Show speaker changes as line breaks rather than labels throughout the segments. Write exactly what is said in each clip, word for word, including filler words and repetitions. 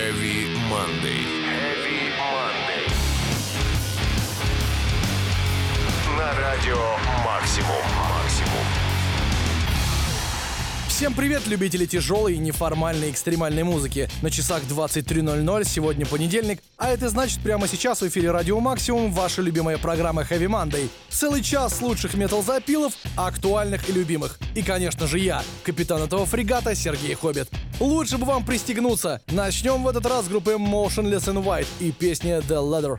Heavy Monday. Heavy Monday. На радио Максимум. Максимум.
Всем привет, любители тяжелой и неформальной экстремальной музыки. На часах двадцать три ноль ноль, сегодня понедельник, а это значит, прямо сейчас в эфире Радио Максимум ваша любимая программа Heavy Monday. Целый час лучших метал-запилов, актуальных и любимых. И, конечно же, я, капитан этого фрегата Сергей Хоббит. Лучше бы вам пристегнуться. Начнем в этот раз с группы Motionless in White и песня The Ladder.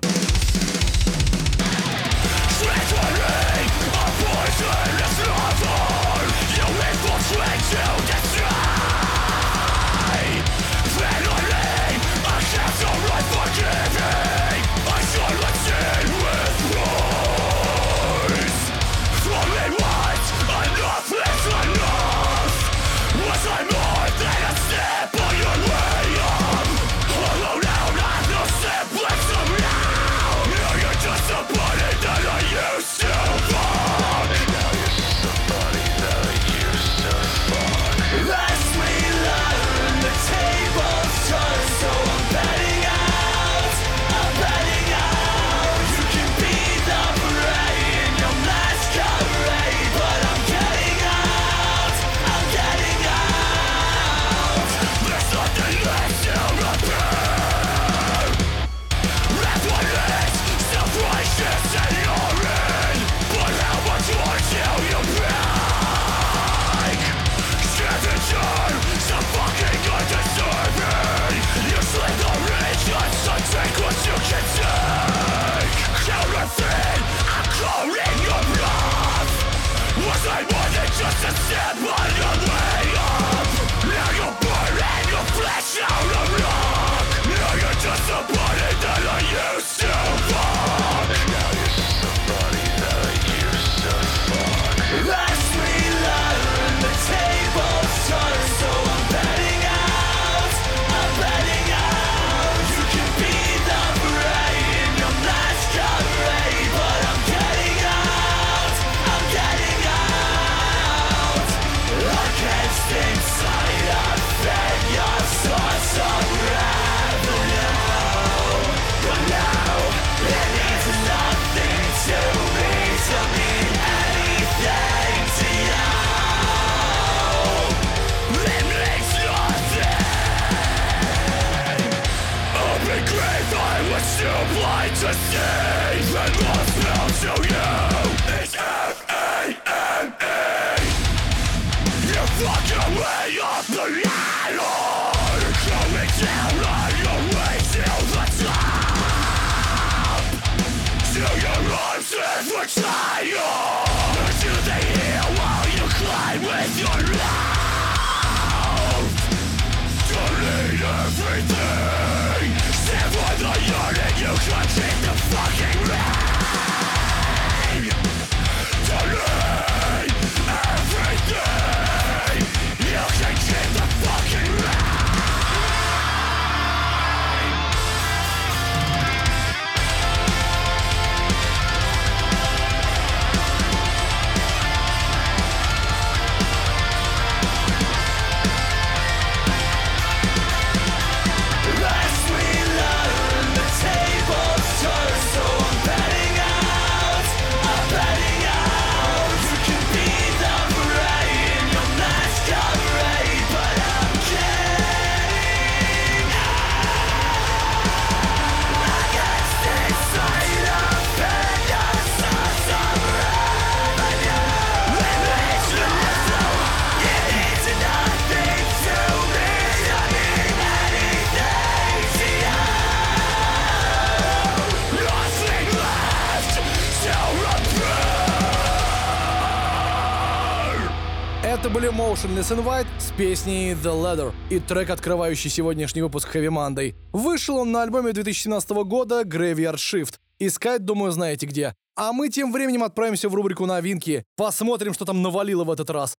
Это были Motionless in White с песней The Ladder и трек, открывающий сегодняшний выпуск Heavy Monday. Вышел он на альбоме две тысячи семнадцатого года Graveyard Shift. Искать, думаю, знаете где. А мы тем временем отправимся в рубрику новинки. Посмотрим, что там навалило в этот раз.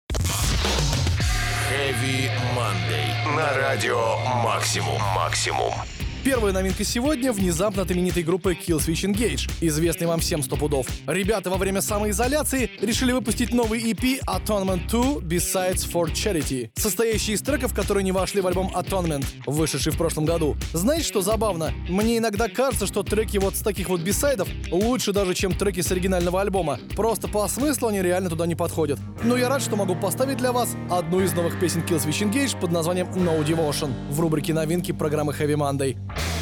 Heavy Monday. На радио Максимум. Максимум.
Первая новинка сегодня — внезапно от именитой группы Killswitch Engage, известной вам всем сто пудов. Ребята во время самоизоляции решили выпустить новый и пи Atonement два Besides for Charity, состоящий из треков, которые не вошли в альбом Atonement, вышедший в прошлом году. Знаете, что забавно? Мне иногда кажется, что треки вот с таких вот бисайдов лучше даже, чем треки с оригинального альбома. Просто по смыслу они реально туда не подходят. Но я рад, что могу поставить для вас одну из новых песен Killswitch Engage под названием No Devotion в рубрике новинки программы Heavy Monday.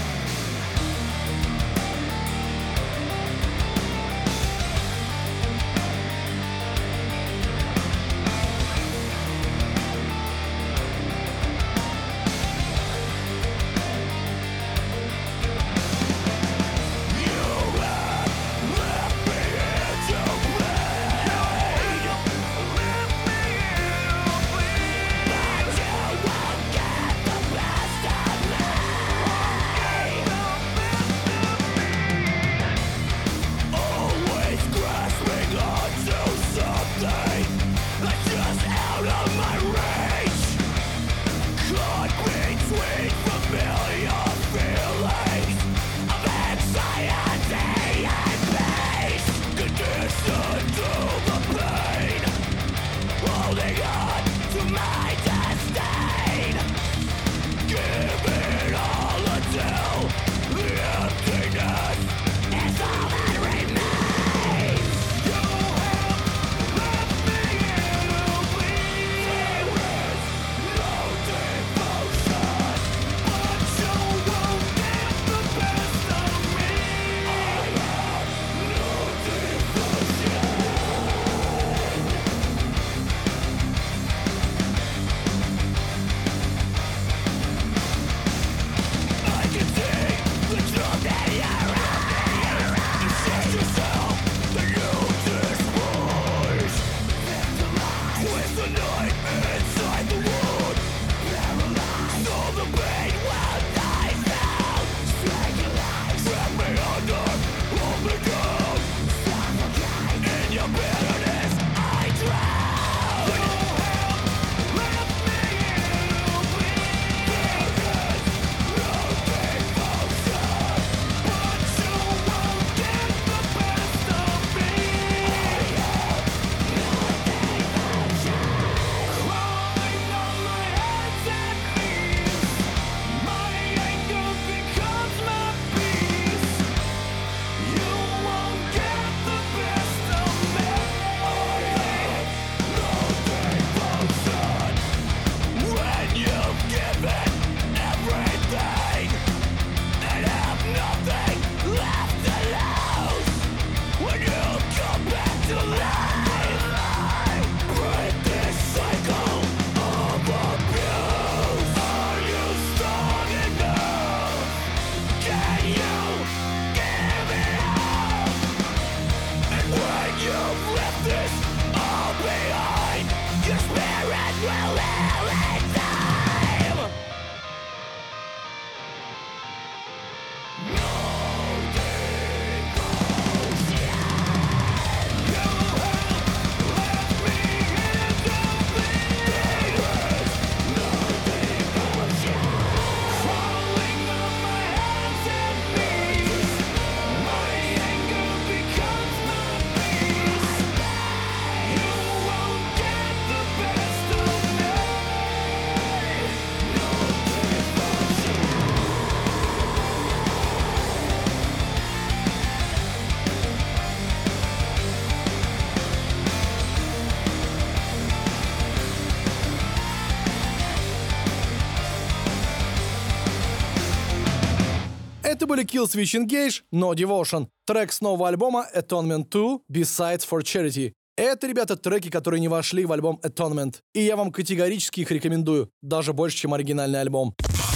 Это были Killswitch Engage, No Devotion, трек с нового альбома Atonement два Besides for Charity. Это, ребята, треки, которые не вошли в альбом Atonement. И я вам категорически их рекомендую, даже больше, чем оригинальный альбом.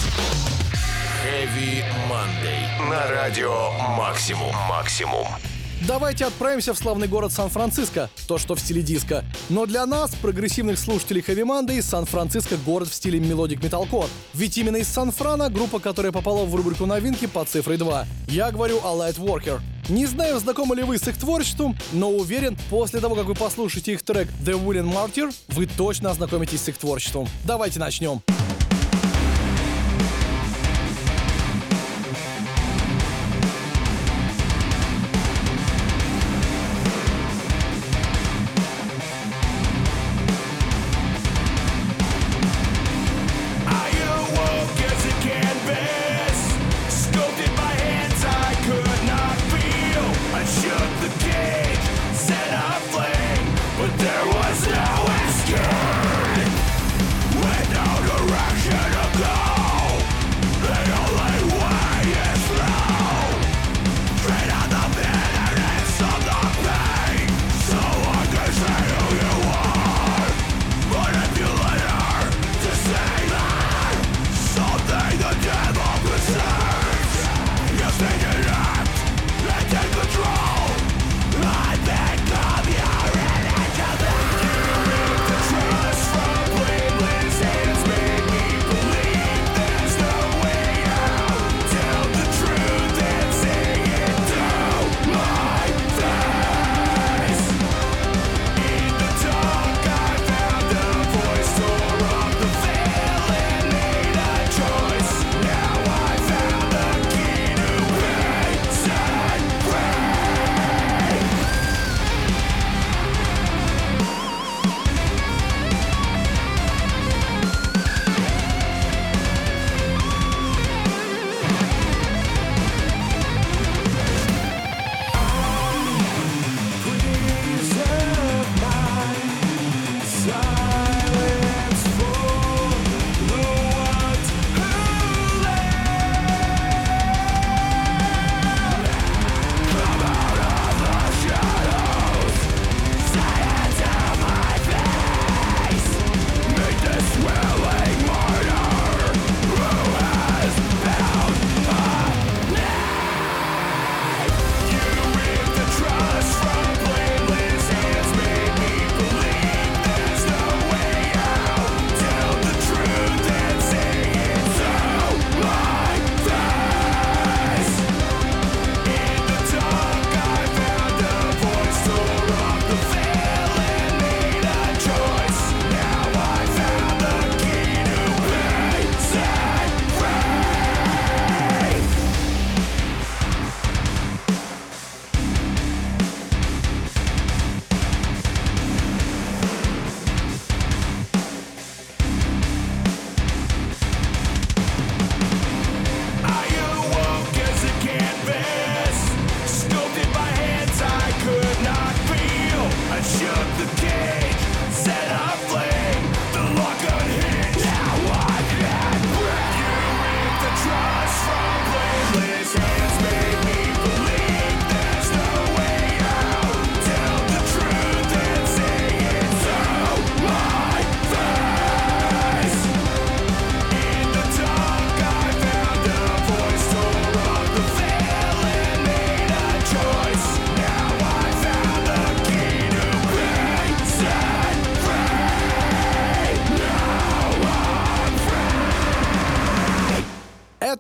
Heavy Monday на радио Максимум. Максимум.
Давайте отправимся в славный город Сан-Франциско, то, что в стиле диско. Но для нас, прогрессивных слушателей Heavy Monday, Сан-Франциско — город в стиле мелодик металкор. Ведь именно из Сан-Франа группа, которая попала в рубрику новинки под цифрой два. Я говорю о Lightworker. Не знаю, знакомы ли вы с их творчеством, но уверен, после того, как вы послушаете их трек The Willing Martyr, вы точно ознакомитесь с их творчеством. Давайте начнем.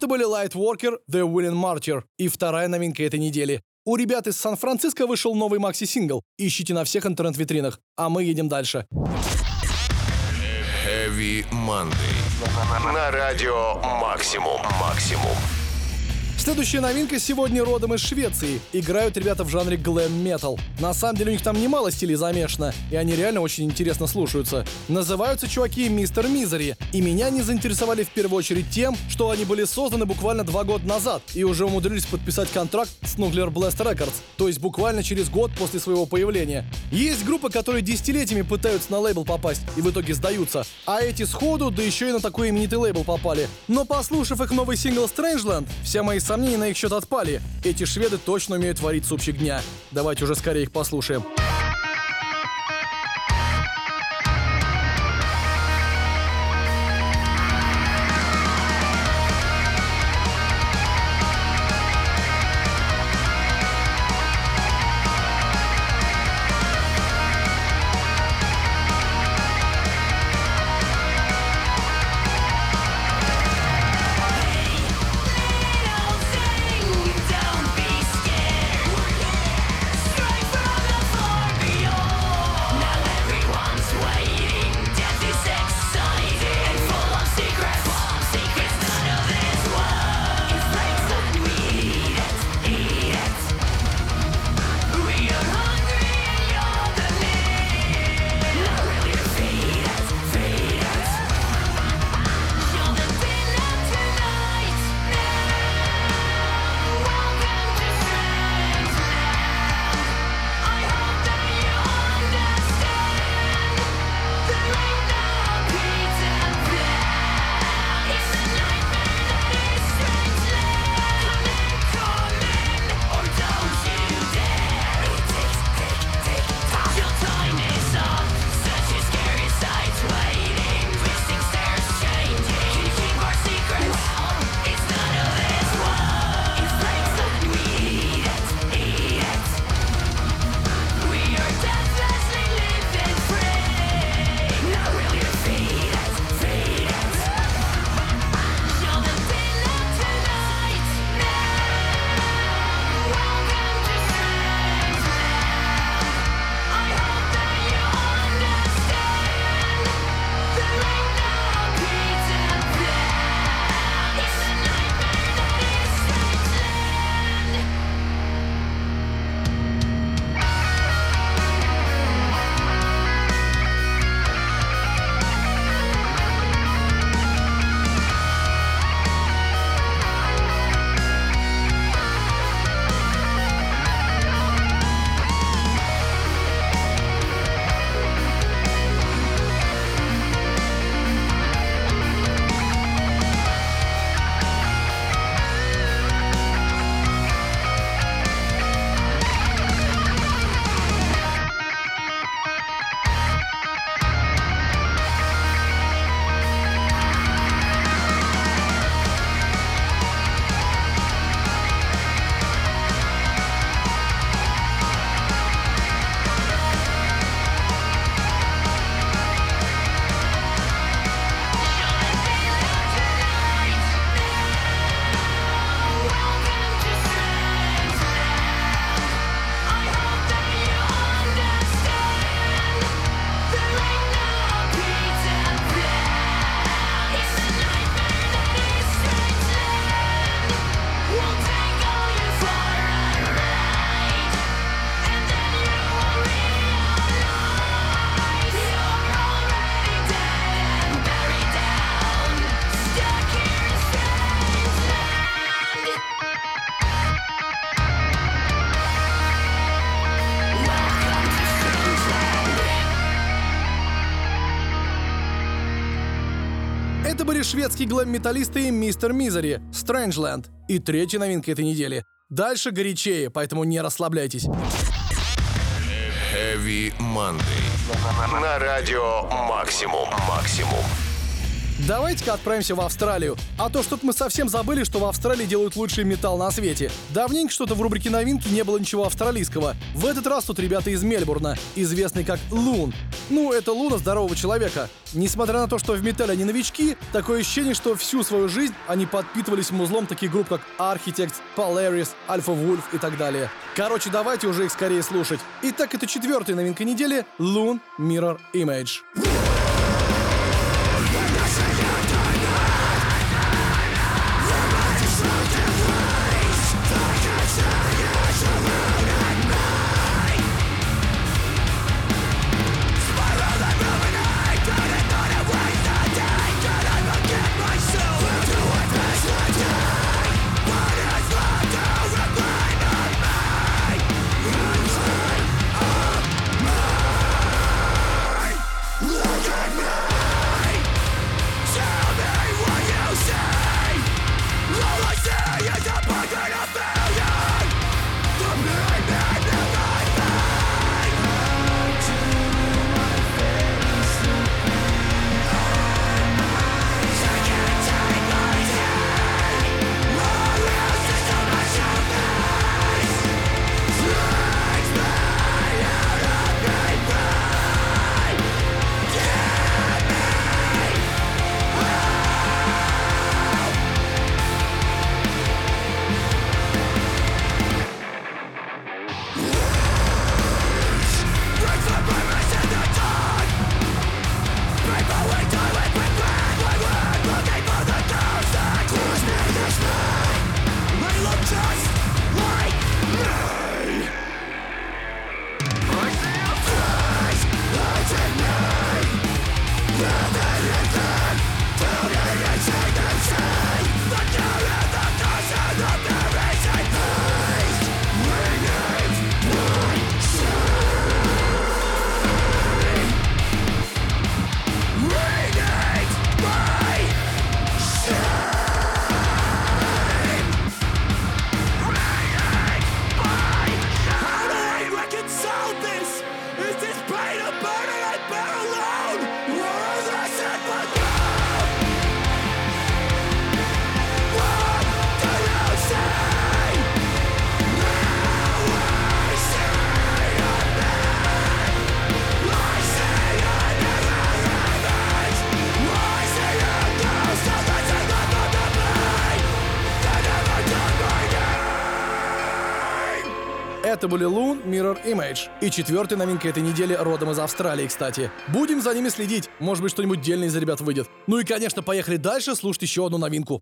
Это были Lightworker, The Willing Martyr и вторая новинка этой недели. У ребят из Сан-Франциско вышел новый макси-сингл. Ищите на всех интернет-витринах. А мы едем дальше.
Heavy Monday. На радио Максимум. Максимум.
Следующая новинка сегодня родом из Швеции. Играют ребята в жанре глэм-метал. На самом деле у них там немало стилей замешано, и они реально очень интересно слушаются. Называются чуваки Мистер Мизери, и меня не заинтересовали в первую очередь тем, что они были созданы буквально два года назад и уже умудрились подписать контракт с Nuclear Blast Records, то есть буквально через год после своего появления. Есть группы, которые десятилетиями пытаются на лейбл попасть и в итоге сдаются, а эти сходу, да еще и на такой именитый лейбл попали. Но послушав их новый сингл Strangeland, все мои сомнения на их счет отпали. Эти шведы точно умеют варить супчик дня. Давайте уже скорее их послушаем. Это были шведские глэм-металлисты Мистер Мизери, Strangeland и третья новинка этой недели. Дальше горячее, поэтому не расслабляйтесь.
Heavy Monday. На радио Максимум. Максимум.
Давайте-ка отправимся в Австралию. А то что-то мы совсем забыли, что в Австралии делают лучший металл на свете. Давненько что-то в рубрике новинки не было ничего австралийского. В этот раз тут ребята из Мельбурна, известные как Loon. Ну, это Луна здорового человека. Несмотря на то, что в металле они новички, такое ощущение, что всю свою жизнь они подпитывались музлом таких групп, как Architects, Polaris, Alpha Wolf и так далее. Короче, давайте уже их скорее слушать. Итак, это четвертая новинка недели — Loon Mirror Image. Это были Loon Mirror Image. И четвертая новинка этой недели родом из Австралии, кстати. Будем за ними следить. Может быть, что-нибудь дельное из ребят выйдет. Ну и, конечно, поехали дальше слушать еще одну новинку.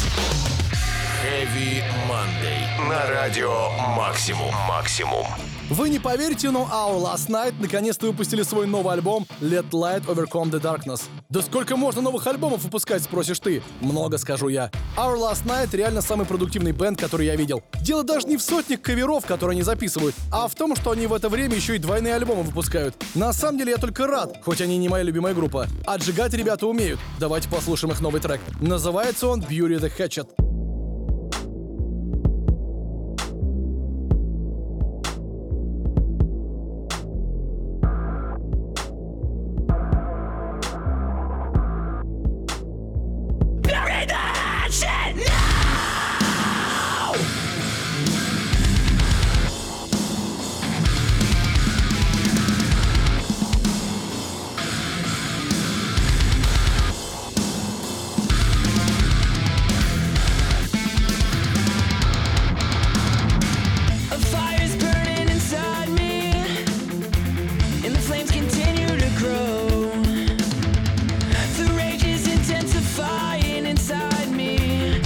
Heavy Monday на радио Максимум. Максимум.
Вы не поверите, но Our Last Night наконец-то выпустили свой новый альбом Let Light Overcome the Darkness. Да сколько можно новых альбомов выпускать, спросишь ты? Много, скажу я. Our Last Night реально самый продуктивный бэнд, который я видел. Дело даже не в сотнях каверов, которые они записывают, а в том, что они в это время еще и двойные альбомы выпускают. На самом деле я только рад, хоть они не моя любимая группа. Отжигать ребята умеют. Давайте послушаем их новый трек. Называется он Bury the Hatchet.
Inside me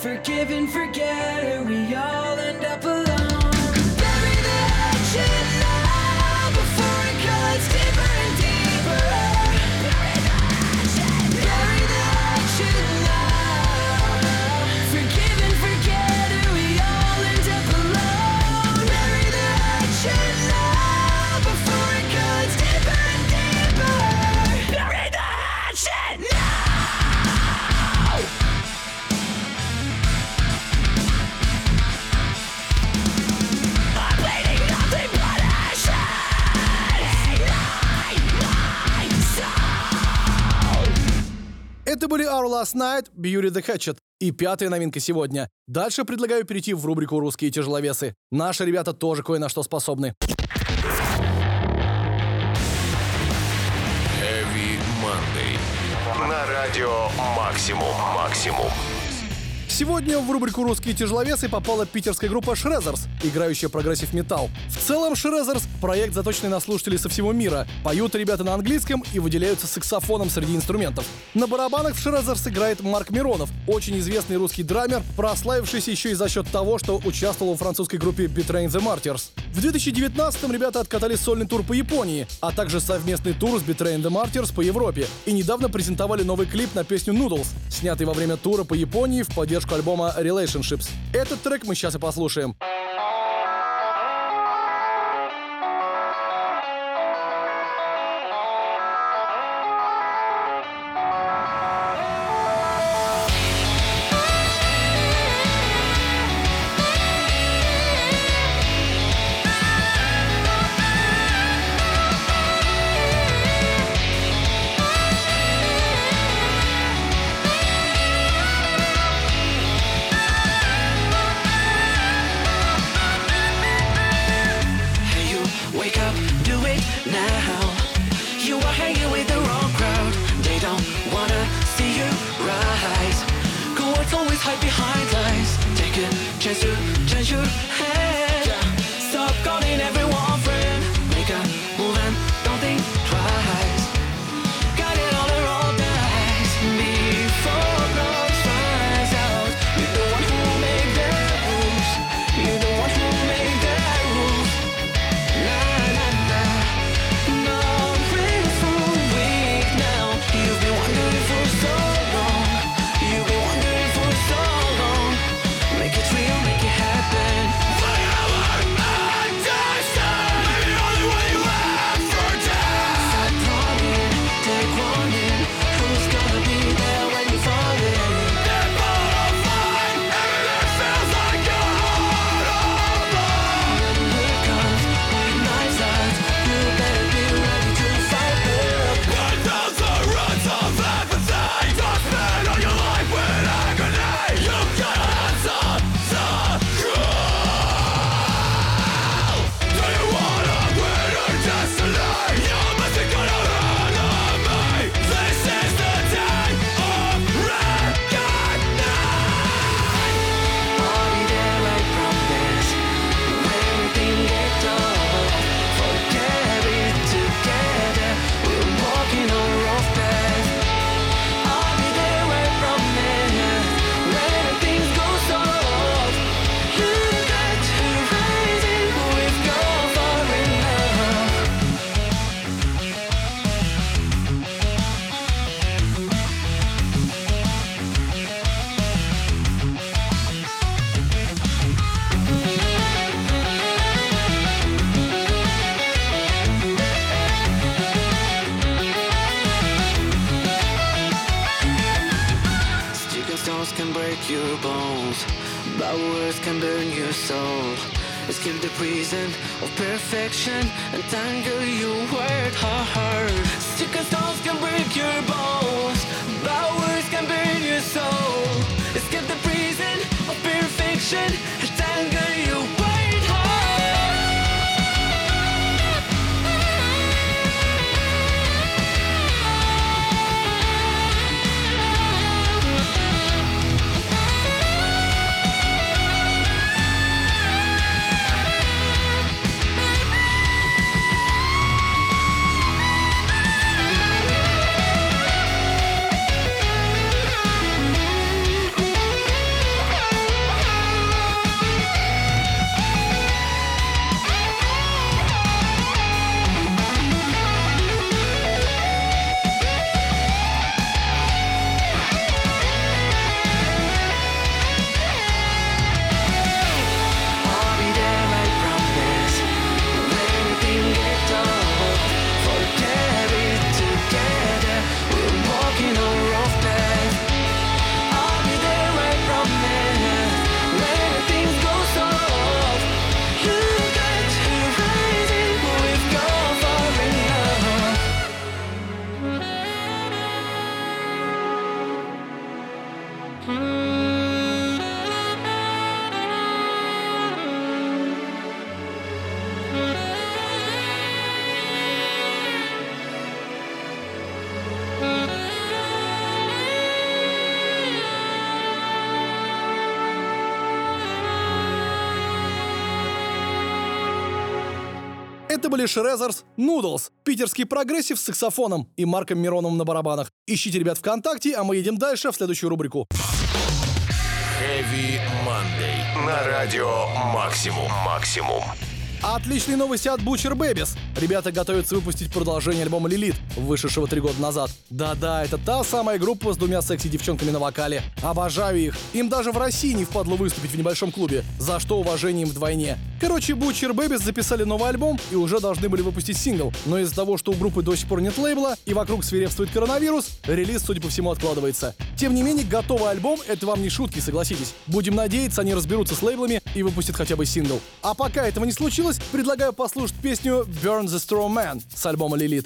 forgive and forget, or we all end up alone. Bury the hatchet now before it cuts deeper and deeper. Bury the hatchet. Bury the hatchet now. Forgive and forget, or we all end up alone. Bury the hatchet now before it cuts deeper and deeper. Bury the hatchet now.
Это были Our Last Night, Bury the Hatchet. И пятая новинка сегодня. Дальше предлагаю перейти в рубрику «Русские тяжеловесы». Наши ребята тоже кое на что способны.
Heavy Monday. На радио Максимум. Максимум.
Сегодня в рубрику «Русские тяжеловесы» попала питерская группа Shrezzers, играющая прогрессив металл. В целом Shrezzers — проект, заточенный на слушателей со всего мира. Поют ребята на английском и выделяются саксофоном среди инструментов. На барабанах в Shrezzers играет Марк Миронов, очень известный русский драмер, прославившийся еще и за счет того, что участвовал в французской группе Betraying the Martyrs. В две тысячи девятнадцатом ребята откатали сольный тур по Японии, а также совместный тур с Betraying the Martyrs по Европе. И недавно презентовали новый клип на песню Noodles, снятый во время тура по Японии в поддержку альбома Relationships. Этот трек мы сейчас и послушаем.
Escape the prison of perfection and tangle you work hard. Stick and stones can break your bones, bad words can burn your soul. Escape the prison of perfection and tangle you work hard.
Это были Шрезерс Noodles, питерский прогрессив с саксофоном и Марком Мироновым на барабанах. Ищите ребят ВКонтакте, а мы едем дальше в следующую рубрику.
Heavy Monday. На радио Максимум. Максимум.
Отличные новости от Butcher Babies. Ребята готовятся выпустить продолжение альбома «Лилит», вышедшего три года назад. Да-да, это та самая группа с двумя секси-девчонками на вокале. Обожаю их. Им даже в России не впадло выступить в небольшом клубе, за что уважение им вдвойне. Короче, Butcher Babies записали новый альбом и уже должны были выпустить сингл. Но из-за того, что у группы до сих пор нет лейбла и вокруг свирепствует коронавирус, релиз, судя по всему, откладывается. Тем не менее, готовый альбом — это вам не шутки, согласитесь. Будем надеяться, они разберутся с лейблами и выпустят хотя бы сингл. А пока этого не случилось, предлагаю послушать песню «Burn the Straw Man» с альбома «Лилит».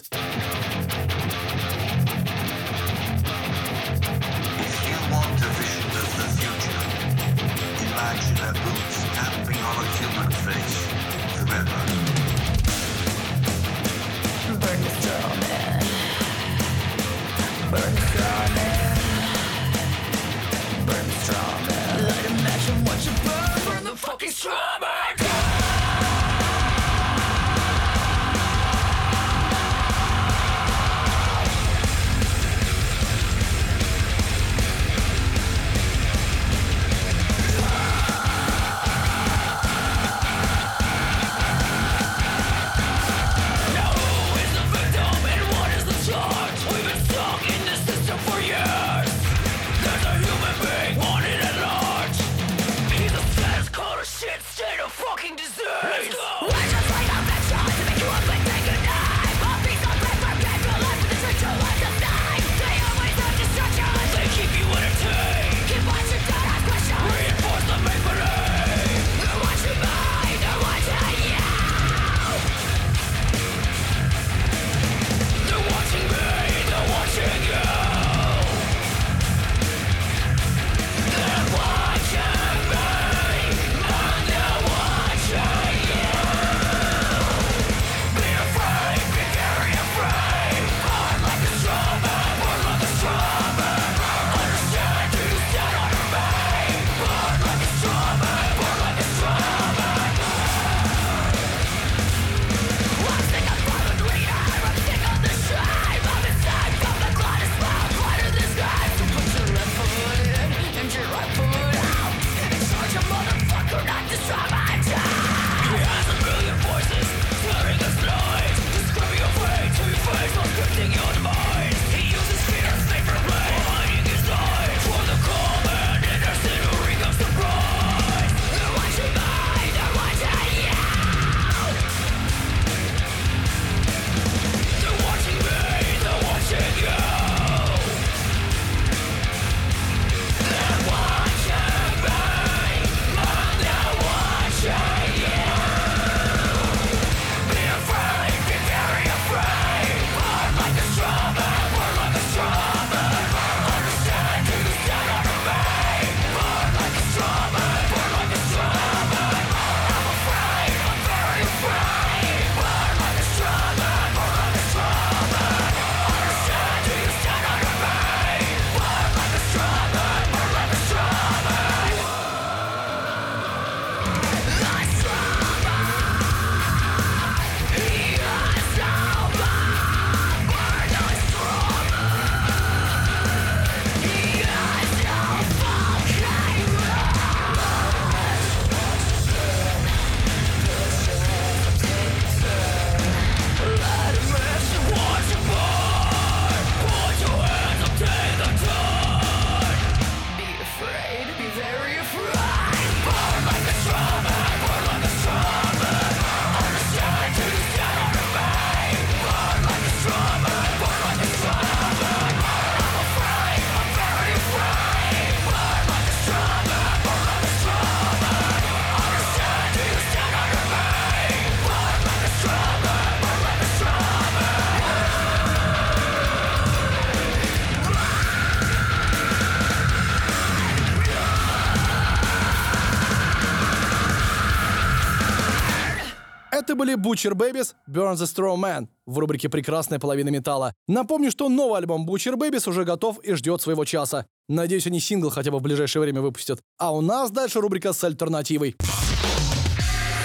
Это были Butcher Babies, Burn the Straw Man в рубрике «Прекрасная половина металла». Напомню, что новый альбом Butcher Babies уже готов и ждет своего часа. Надеюсь, они сингл хотя бы в ближайшее время выпустят. А у нас дальше рубрика с альтернативой.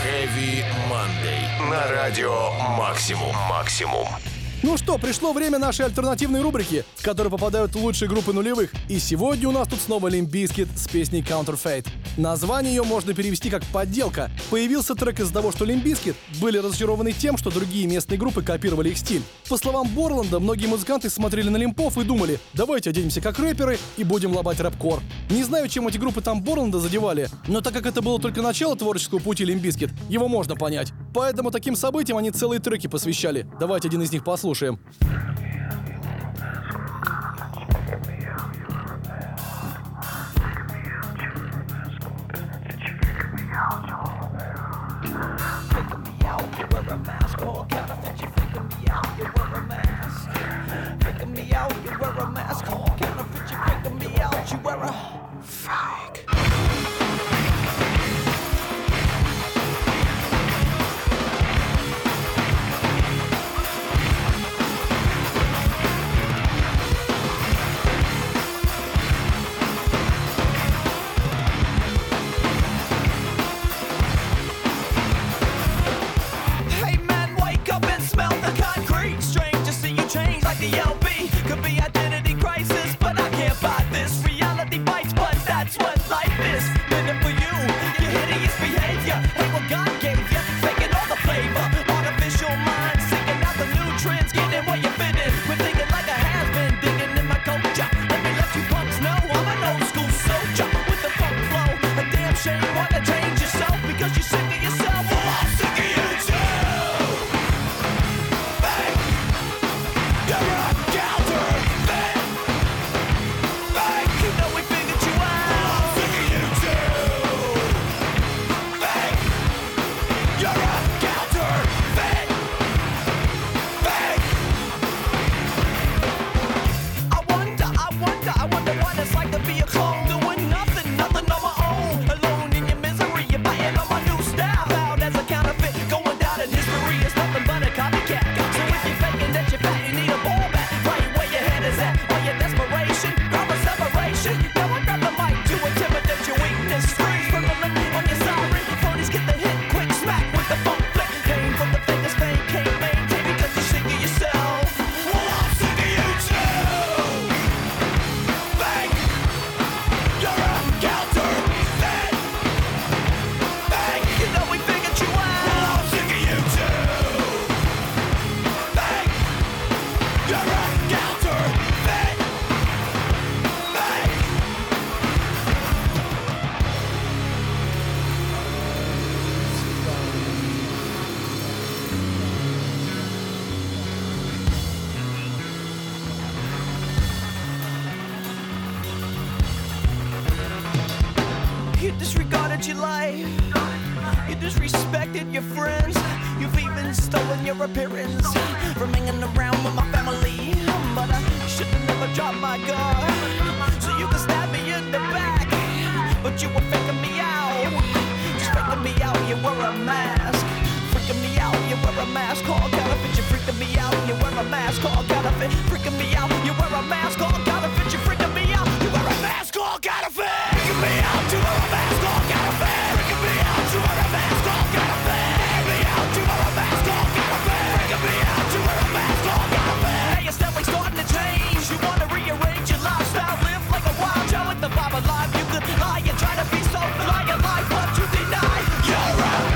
Heavy Monday. На радио Максимум. Максимум.
Ну что, пришло время нашей альтернативной рубрики, в которую попадают лучшие группы нулевых. И сегодня у нас тут снова Limp Bizkit с песней Counterfeit. Название ее можно перевести как «подделка». Появился трек из-за того, что Limp Bizkit были разочарованы тем, что другие местные группы копировали их стиль. По словам Борланда, многие музыканты смотрели на лимпов и думали: давайте оденемся как рэперы и будем лобать рэп-кор. Не знаю, чем эти группы там Борланда задевали, но так как это было только начало творческого пути Limp Bizkit, его можно понять. Поэтому таким событиям они целые треки посвящали. Давайте один из них послушаем. Слушаем.
You disregarded your life. You disrespected your friends. You've even stolen your appearance from hanging around with my family. But I should've never dropped my guard, so you could stab me in the back. But you were faking me out, just faking me out. You wore a mask, freaking me out. You wear a mask called counterfeit. You freaking me out. You wear a mask called counterfeit. Freaking me out. You wear a mask called counterfeit. You freaking me out. You wear a mask called counterfeit. Freaking me out. You wear a mask called counterfeit. Freaking me out. You wear a mask called counterfeit. Freaking me out. You wear a mask called counterfeit. Freaking me out. You wear a mask called counterfeit. Hey, it's definitely starting to change. You wanna rearrange your lifestyle, live like a wild child with the vibe of life. You could lie and try to be so fly in life, but you deny you're right.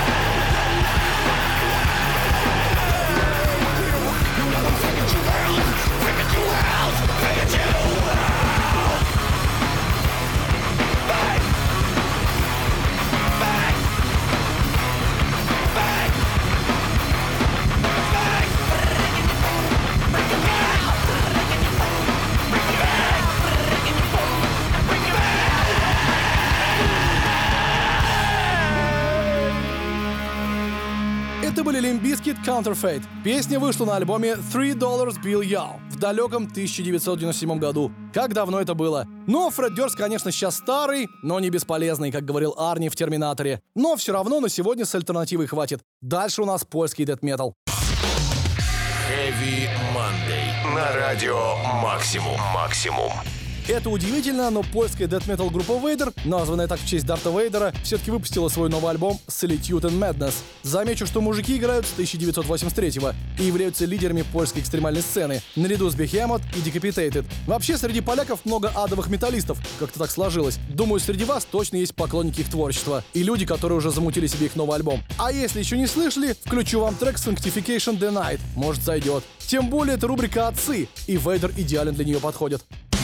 Это были Limp Bizkit Counterfeit. Песня вышла на альбоме Three Dollars Bill Yow в далеком тысяча девятьсот девяносто седьмом году. Как давно это было? Но Фред Дёрст, конечно, сейчас старый, но не бесполезный, как говорил Арни в «Терминаторе». Но все равно на сегодня с альтернативой хватит. Дальше у нас польский дэт-метал.
Heavy Monday. На радио Максимум. Максимум.
Это удивительно, но польская дэт-метал группа Vader, названная так в честь Дарта Вейдера, все-таки выпустила свой новый альбом Solitude and Madness. Замечу, что мужики играют с тысяча девятьсот восемьдесят третьего и являются лидерами польской экстремальной сцены, наряду с Behemoth и Decapitated. Вообще, среди поляков много адовых металлистов, как-то так сложилось. Думаю, среди вас точно есть поклонники их творчества и люди, которые уже замутили себе их новый альбом. А если еще не слышали, включу вам трек Sanctification Denied, может зайдет. Тем более это рубрика «Отцы», и Вейдер идеально для нее подходит.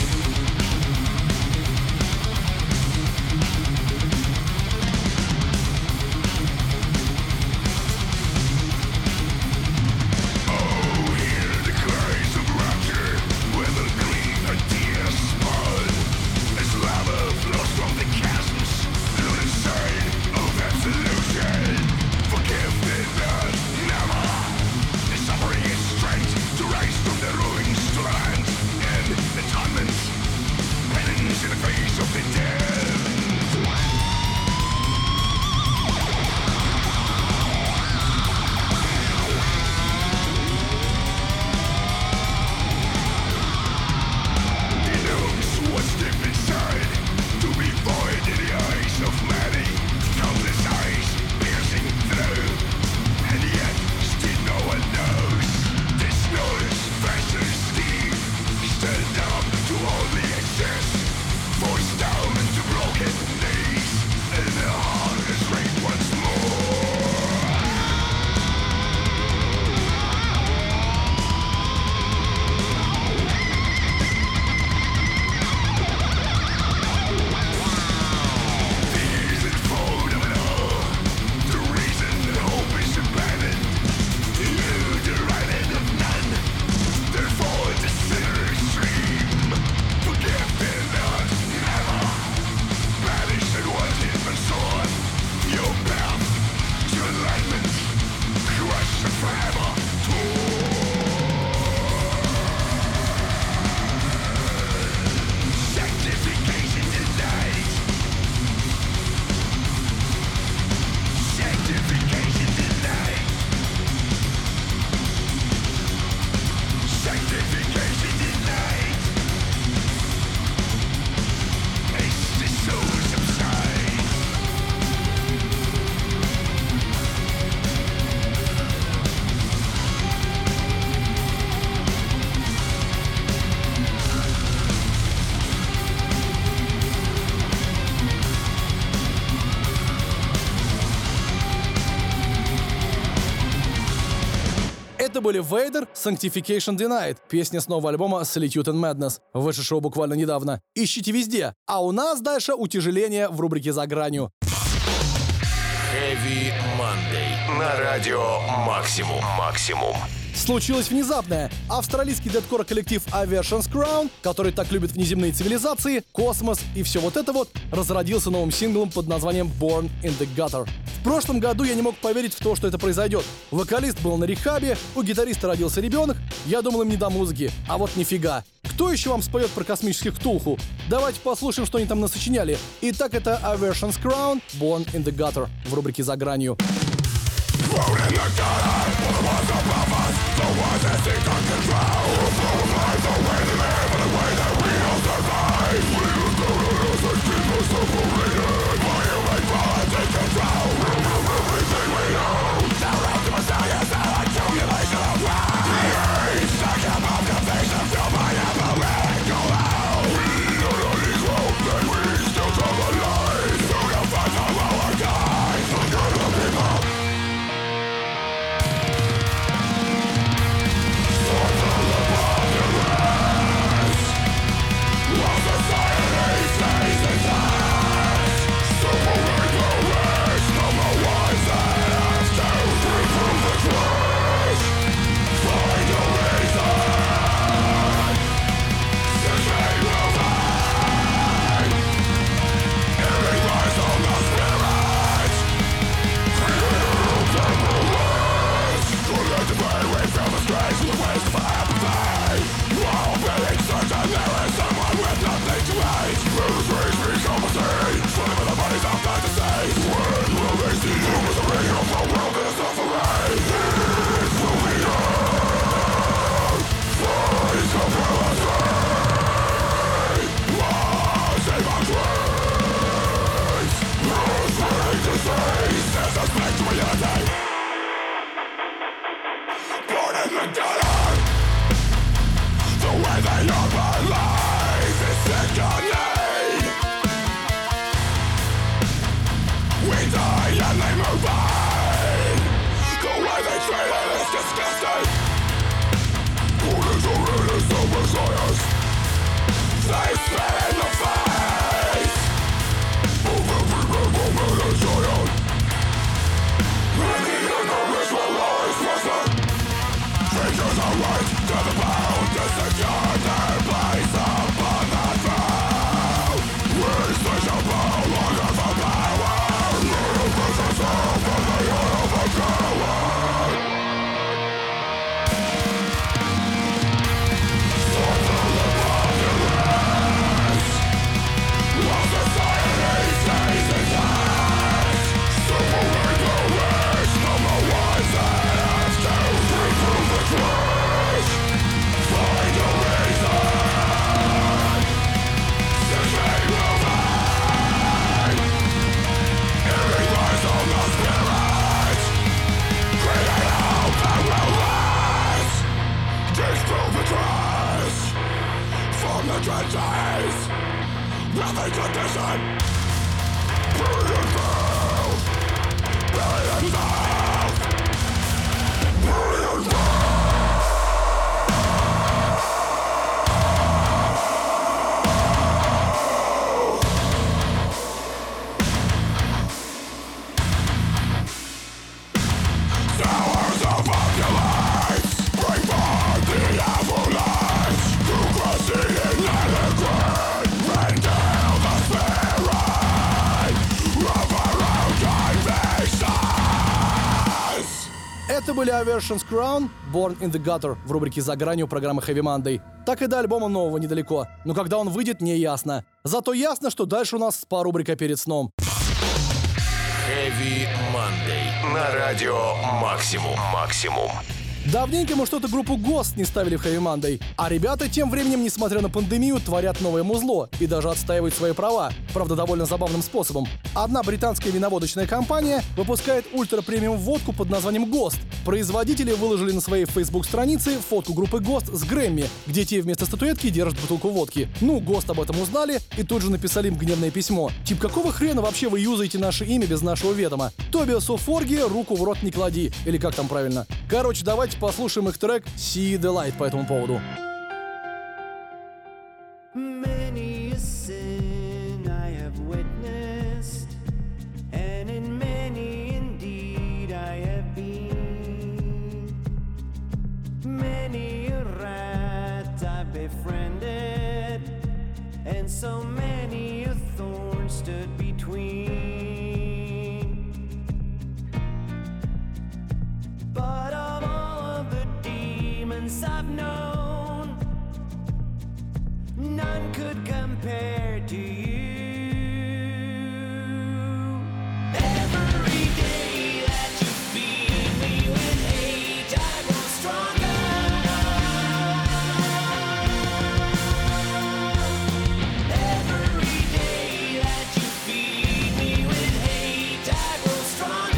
Это были Vader, Sanctification Denied, песня с нового альбома Solitude and Madness, вышедшего буквально недавно. Ищите везде. А у нас дальше утяжеление в рубрике «За гранью».
Heavy Monday на радио Максимум. Максимум.
Случилось внезапное. Австралийский дэткор коллектив Aversion's Crown, который так любит внеземные цивилизации, космос и все вот это вот, разродился новым синглом под названием Born in the Gutter. В прошлом году я не мог поверить в то, что это произойдет. Вокалист был на рехабе, у гитариста родился ребенок, я думал, им не до музыки, а вот нифига. Кто еще вам споет про космических ктулху? Давайте послушаем, что они там насочиняли. Итак, это Aversion's Crown, Born in the Gutter в рубрике «За гранью».
Society stays inside.
Это были Aversion's Crown, Born in the Gutter в рубрике «За гранью» программы Heavy Monday. Так и до альбома нового недалеко, но когда он выйдет, не ясно. Зато ясно, что дальше у нас спа-рубрика перед сном.
Heavy Monday на радио Максимум. Максимум.
Давненько мы что-то группу Ghost не ставили в Heavy Monday, а ребята тем временем, несмотря на пандемию, творят новое музло и даже отстаивают свои права, правда довольно забавным способом. Одна британская виноводочная компания выпускает ультра-премиум водку под названием Ghost. Производители выложили на своей Facebook-странице фотку группы Ghost с Грэмми, где те вместо статуэтки держат бутылку водки. Ну, Ghost об этом узнали и тут же написали им гневное письмо. Тип, какого хрена вообще вы юзаете наше имя без нашего ведома? Тобиасу Форги руку в рот не клади, или как там правильно. Короче, давайте послушаем их трек «See the Light» по этому поводу.
Many a sin I have witnessed, and in many indeed I have been. Many a rat I've befriended, and so many a thorn stood between. But of all of the demons I've known, none could compare to you. Every day that you feed me with hate, I grow stronger. Every day that you feed me with hate, I grow stronger.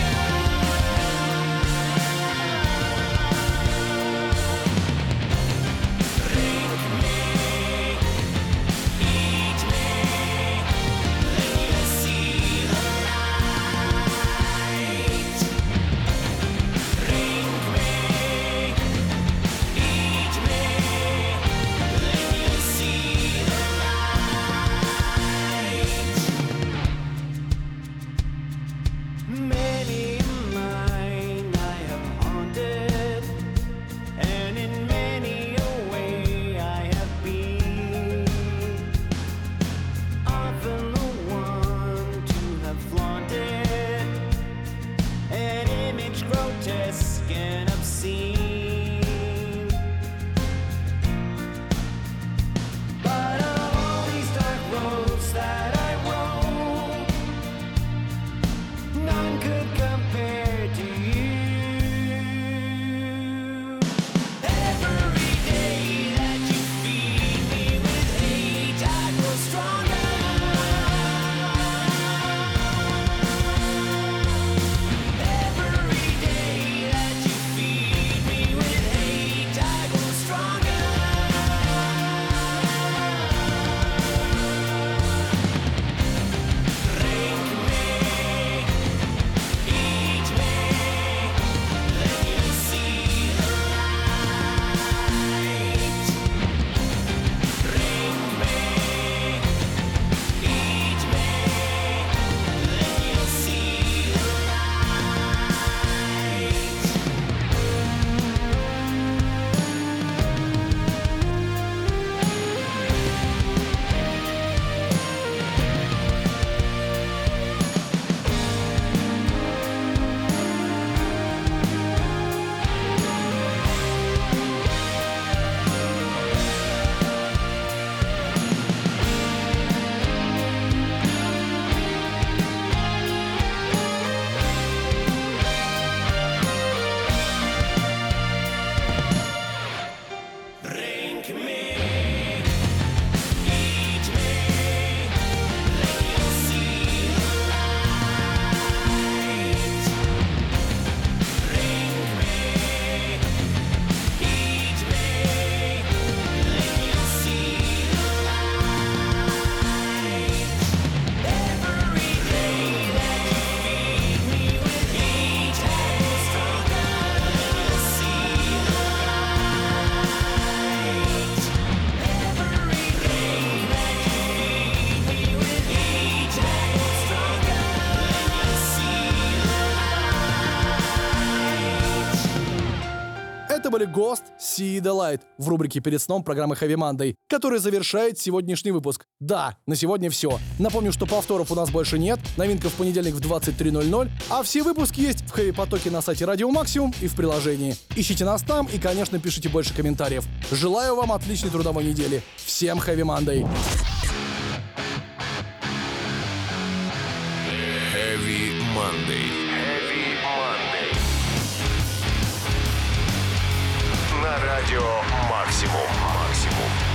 Many mine I have haunted, and in many a way I have been. Often the one to have flaunted an image grotesque and obscene. But of all these dark roads that I roam, none could
были Ghost, See the Light в рубрике «Перед сном» программы Heavy Monday, который завершает сегодняшний выпуск. Да, на сегодня все. Напомню, что повторов у нас больше нет, новинка в понедельник в двадцать три ноль ноль, а все выпуски есть в Heavy Потоке на сайте Радио Максимум и в приложении. Ищите нас там и, конечно, пишите больше комментариев. Желаю вам отличной трудовой недели. Всем Heavy Monday!
Heavy Monday. Heavy Monday. На радио Максимум. Максимум.